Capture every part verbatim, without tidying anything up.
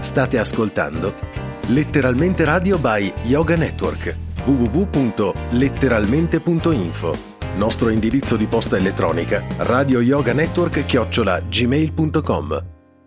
State ascoltando Letteralmente Radio by Yoga Network. w w w punto letteralmente punto info. Nostro indirizzo di posta elettronica radioyoganetwork chiocciola gmail punto com.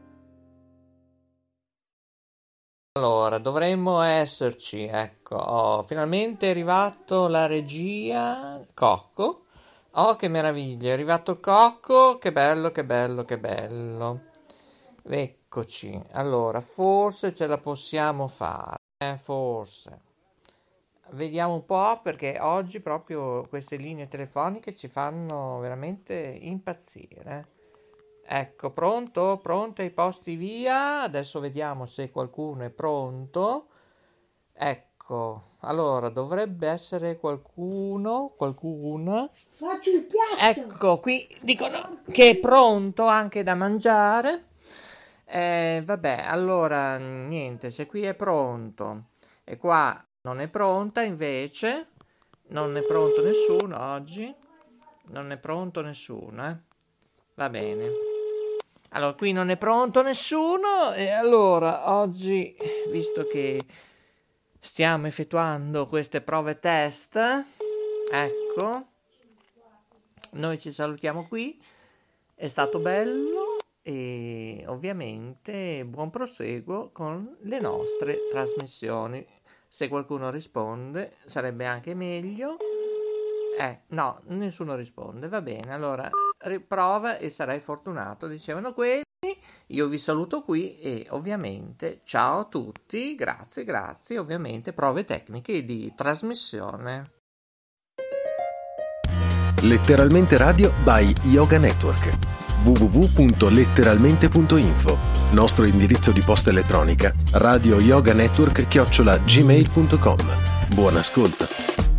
Allora, dovremmo esserci, ecco, oh, finalmente è arrivato la regia Cocco. Oh, che meraviglia, è arrivato Cocco, che bello, che bello, che bello. Eccoci, allora, forse ce la possiamo fare, eh, forse. Vediamo un po', perché oggi proprio queste linee telefoniche ci fanno veramente impazzire. Ecco, pronto? Pronto ai posti via? Adesso vediamo se qualcuno è pronto. Ecco, allora dovrebbe essere qualcuno, qualcuna. Faccio il piatto. Ecco, qui dicono che è pronto anche da mangiare. Eh, vabbè, allora niente, se qui è pronto e qua non è pronta, invece non è pronto nessuno oggi. Non è pronto nessuno, eh. Va bene. Allora, qui non è pronto nessuno e allora oggi, visto che stiamo effettuando queste prove test, ecco, noi ci salutiamo qui, è stato bello e ovviamente buon proseguo con le nostre trasmissioni. Se qualcuno risponde sarebbe anche meglio. Eh, no, nessuno risponde, va bene, allora riprova e sarai fortunato, dicevano quelli. Io vi saluto qui e ovviamente ciao a tutti, grazie, grazie, ovviamente prove tecniche di trasmissione. Letteralmente Radio by Yoga Network. w w w punto letteralmente punto info. Nostro indirizzo di posta elettronica radioyoganetwork chiocciola gmail punto com. Buon ascolto.